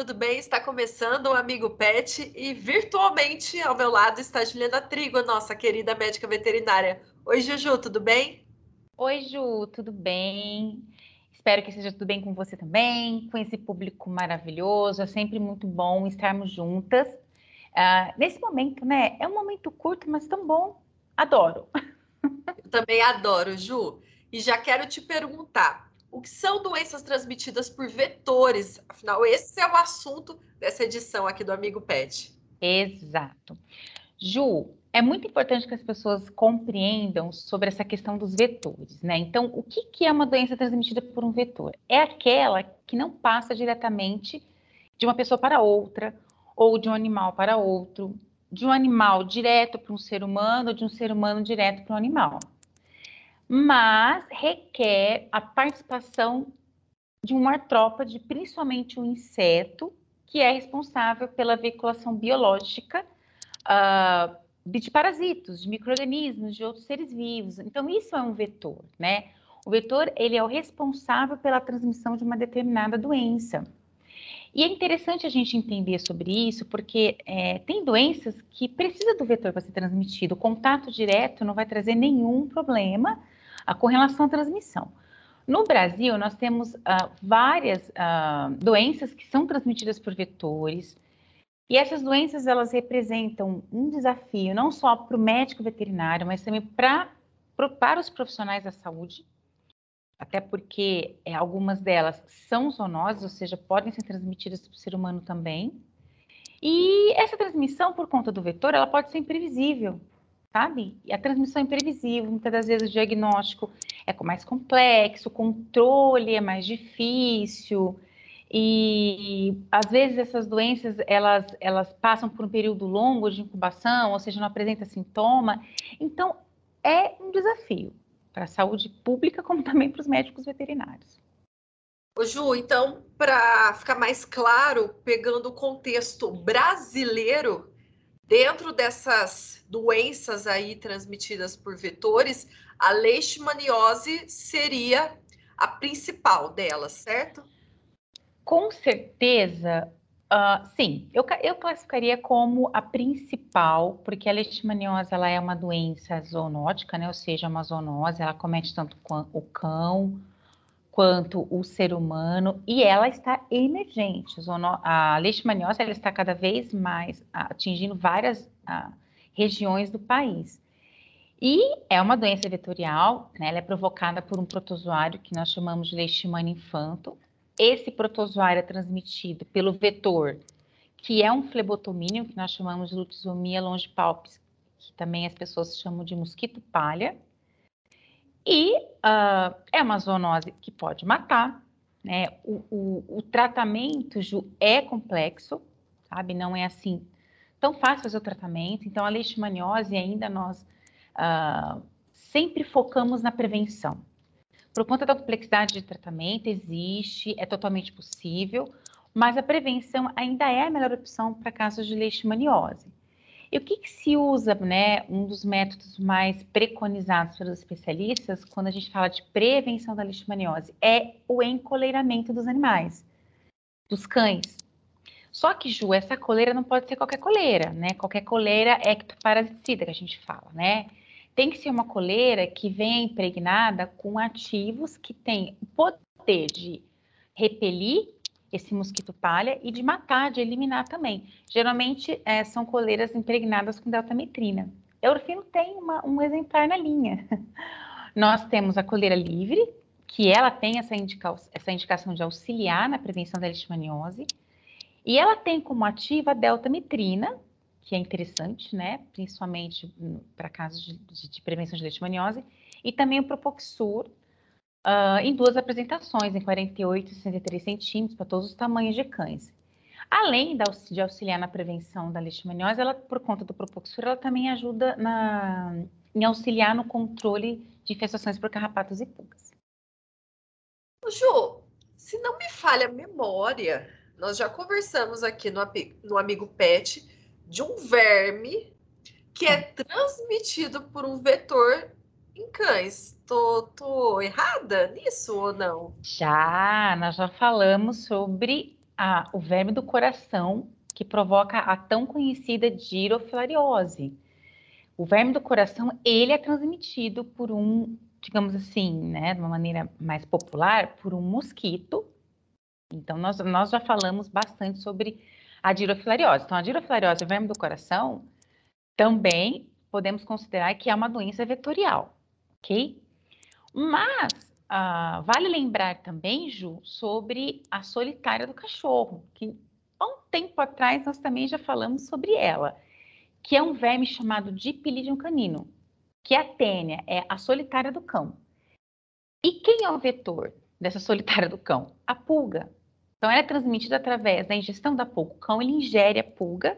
tudo bem? Está começando o Amigo Pet e virtualmente ao meu lado está Juliana Trigo, nossa querida médica veterinária. Oi, Juju, tudo bem? Oi, Ju, tudo bem? Espero que esteja tudo bem com você também, com esse público maravilhoso. É sempre muito bom estarmos juntas. Nesse momento, né? É um momento curto, mas tão bom. Adoro. Eu também adoro, Ju. E já quero te perguntar, o que são doenças transmitidas por vetores? Afinal, esse é o assunto dessa edição aqui do Amigo Pet. Exato. Ju, é muito importante que as pessoas compreendam sobre essa questão dos vetores, né? Então, o que que é uma doença transmitida por um vetor? É aquela que não passa diretamente de uma pessoa para outra, ou de um animal para outro, de um animal direto para um ser humano, ou de um ser humano direto para um animal. Mas requer a participação de um artrópode, principalmente um inseto, que é responsável pela veiculação biológica de parasitos, de micro-organismos, de outros seres vivos. Então, isso é um vetor, né? O vetor, ele é o responsável pela transmissão de uma determinada doença. E é interessante a gente entender sobre isso, porque tem doenças que precisam do vetor para ser transmitido. O contato direto não vai trazer nenhum problema com relação à transmissão. No Brasil, nós temos várias doenças que são transmitidas por vetores, e essas doenças, elas representam um desafio não só para o médico veterinário, mas também para os profissionais da saúde, até porque algumas delas são zoonoses, ou seja, podem ser transmitidas para o ser humano também. E essa transmissão, por conta do vetor, ela pode ser imprevisível, sabe? E a transmissão é imprevisível, muitas das vezes o diagnóstico é mais complexo, o controle é mais difícil, e às vezes essas doenças, elas passam por um período longo de incubação, ou seja, não apresenta sintoma. Então, é um desafio para a saúde pública, como também para os médicos veterinários. Ô, Ju, então, para ficar mais claro, pegando o contexto brasileiro, dentro dessas doenças aí transmitidas por vetores, a leishmaniose seria a principal delas, certo? Com certeza, sim, eu classificaria como a principal, porque a leishmaniose ela é uma doença zoonótica, né? Ou seja, uma zoonose, ela comete tanto o cão quanto o ser humano, e ela está emergente. A leishmaniose ela está cada vez mais atingindo várias regiões do país. E é uma doença vetorial, né? Ela é provocada por um protozoário que nós chamamos de Leishmania infanto. Esse protozoário é transmitido pelo vetor, que é um flebotomínio, que nós chamamos de Lutzomia longipalpis, que também as pessoas chamam de mosquito palha. E é uma zoonose que pode matar, né? O tratamento, Ju, é complexo, sabe? Não é assim tão fácil fazer o tratamento. Então, a leishmaniose ainda nós sempre focamos na prevenção. Por conta da complexidade de tratamento, existe, é totalmente possível, mas a prevenção ainda é a melhor opção para casos de leishmaniose. E o que que se usa, né? Um dos métodos mais preconizados pelos especialistas quando a gente fala de prevenção da leishmaniose é o encoleiramento dos animais, dos cães. Só que, Ju, essa coleira não pode ser qualquer coleira, né? Qualquer coleira ectoparasiticida que a gente fala, né? Tem que ser uma coleira que venha impregnada com ativos que têm o poder de repelir esse mosquito palha e de matar, de eliminar também. Geralmente são coleiras impregnadas com deltametrina. Eurofino tem um exemplar na linha. Nós temos a coleira livre, que ela tem essa indicação de auxiliar na prevenção da leishmaniose, e ela tem como ativa a deltametrina, que é interessante, né? Principalmente para casos de prevenção de leishmaniose, e também o Propoxur, em duas apresentações, em 48 e 63 centímetros, para todos os tamanhos de cães. Além de auxiliar na prevenção da leishmaniose, ela, por conta do Propoxur, ela também ajuda em auxiliar no controle de infestações por carrapatos e pulgas. Ô, Ju, se não me falha a memória, nós já conversamos aqui no Amigo Pet de um verme que é Ah, transmitido por um vetor em cães. Tô errada nisso ou não? nós já falamos sobre o verme do coração, que provoca a tão conhecida girofilariose. O verme do coração, ele é transmitido por digamos assim, né, de uma maneira mais popular, por um mosquito. Então, nós já falamos bastante sobre a girofilariose. Então, a girofilariose, o verme do coração, também podemos considerar que é uma doença vetorial, ok? Mas, vale lembrar também, Ju, sobre a solitária do cachorro, que há um tempo atrás nós também já falamos sobre ela, que é um verme chamado Dipylidium canino, que a tênia é a solitária do cão. E quem é o vetor dessa solitária do cão? A pulga. Então, ela é transmitida através da ingestão da pulga. O cão, ele ingere a pulga,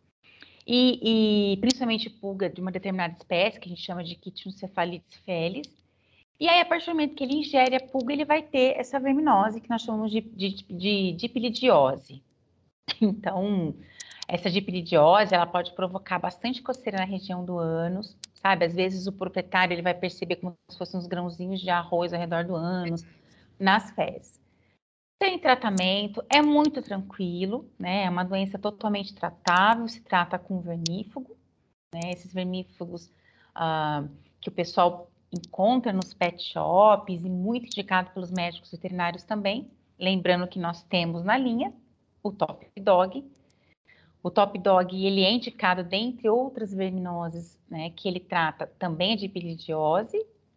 e principalmente pulga de uma determinada espécie, que a gente chama de Chytiocephalides felis. E aí, a partir do momento que ele ingere a pulga, ele vai ter essa verminose, que nós chamamos de dipilidiose. Então, essa dipilidiose, ela pode provocar bastante coceira na região do ânus, sabe? Às vezes o proprietário, ele vai perceber como se fossem uns grãozinhos de arroz ao redor do ânus, nas fezes. Tem tratamento, é muito tranquilo, né? É uma doença totalmente tratável, se trata com vermífugo, né? Esses vermífugos que o pessoal encontra nos pet shops e muito indicado pelos médicos veterinários também. Lembrando que nós temos na linha o Top Dog. O Top Dog, ele é indicado, dentre outras verminoses, né, que ele trata também de dipilidiose.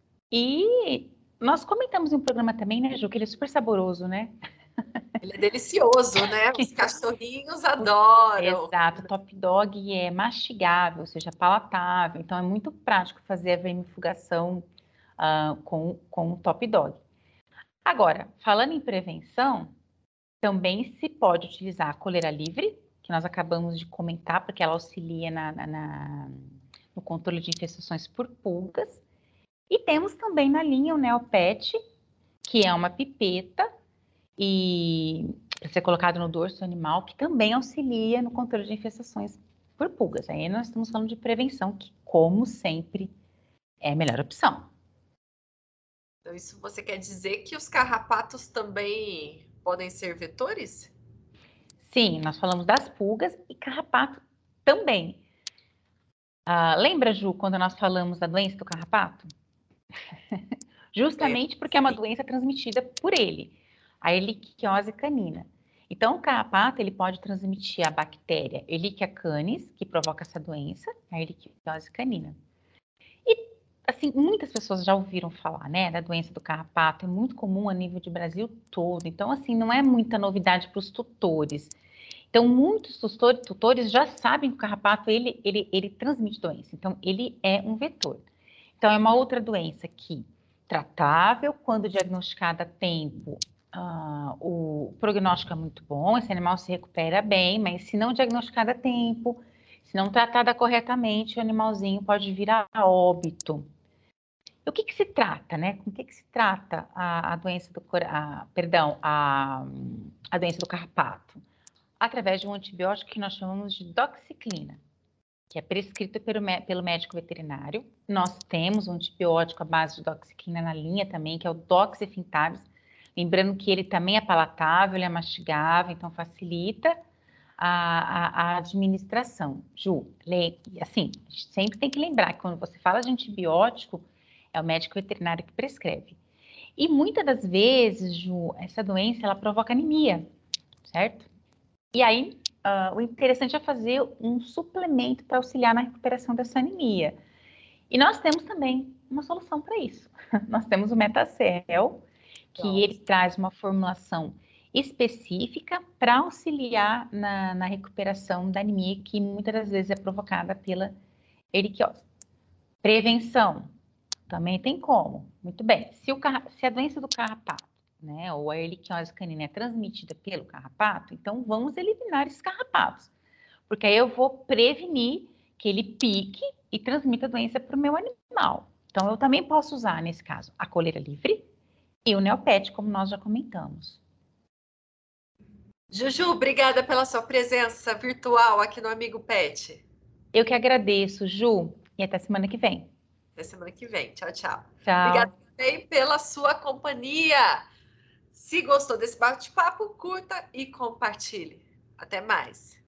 E nós comentamos em um programa também, né, Ju, que ele é super saboroso, né? Ele é delicioso, né? Os cachorrinhos adoram. Exato, o Top Dog é mastigável, ou seja, palatável. Então, é muito prático fazer a vermifugação com o Top Dog. Agora, falando em prevenção, também se pode utilizar a coleira livre, que nós acabamos de comentar, porque ela auxilia no controle de infestações por pulgas. E temos também na linha o Neopet, que é uma pipeta e para ser colocado no dorso animal, que também auxilia no controle de infestações por pulgas. Aí nós estamos falando de prevenção, que, como sempre, é a melhor opção. Então, isso você quer dizer que os carrapatos também podem ser vetores? Sim, nós falamos das pulgas e carrapato também. Lembra, Ju, quando nós falamos da doença do carrapato? Justamente porque é uma doença transmitida por ele, a Ehrlichiose canina. Então, o carrapato, ele pode transmitir a bactéria Ehrlichia canis, que provoca essa doença, a Ehrlichiose canina. E, assim, muitas pessoas já ouviram falar, né, da doença do carrapato, é muito comum a nível de Brasil todo. Então, assim, não é muita novidade para os tutores. Então, muitos tutores já sabem que o carrapato, ele transmite doença. Então, ele é um vetor. Então, é uma outra doença que, tratável, quando diagnosticada a tempo, o prognóstico é muito bom, esse animal se recupera bem, mas se não diagnosticada a tempo, se não tratada corretamente, o animalzinho pode vir a óbito. O que se trata, né? Com o que se trata a doença a doença do carrapato? Através de um antibiótico que nós chamamos de doxiciclina, que é prescrito pelo médico veterinário. Nós temos um antibiótico à base de doxiciclina na linha também, que é o doxifintabis. Lembrando que ele também é palatável, ele é mastigável, então facilita a administração. Ju, assim, a gente sempre tem que lembrar que quando você fala de antibiótico, é o médico veterinário que prescreve. E muitas das vezes, Ju, essa doença, ela provoca anemia, certo? E aí, o interessante é fazer um suplemento para auxiliar na recuperação dessa anemia. E nós temos também uma solução para isso. Nós temos o Metacel, que ele traz uma formulação específica para auxiliar na recuperação da anemia, que muitas das vezes é provocada pela eriquiose. Prevenção, também tem como. Muito bem, se a doença do carrapato, né, ou a erliquiose canina é transmitida pelo carrapato, então vamos eliminar esses carrapatos, porque aí eu vou prevenir que ele pique e transmita a doença para o meu animal. Então, eu também posso usar, nesse caso, a coleira livre e o Neopet, como nós já comentamos. Juju, obrigada pela sua presença virtual aqui no Amigo Pet. Eu que agradeço, Ju, e até semana que vem. Até semana que vem. Tchau, tchau. Tchau. Obrigada também pela sua companhia. Se gostou desse bate-papo, curta e compartilhe. Até mais!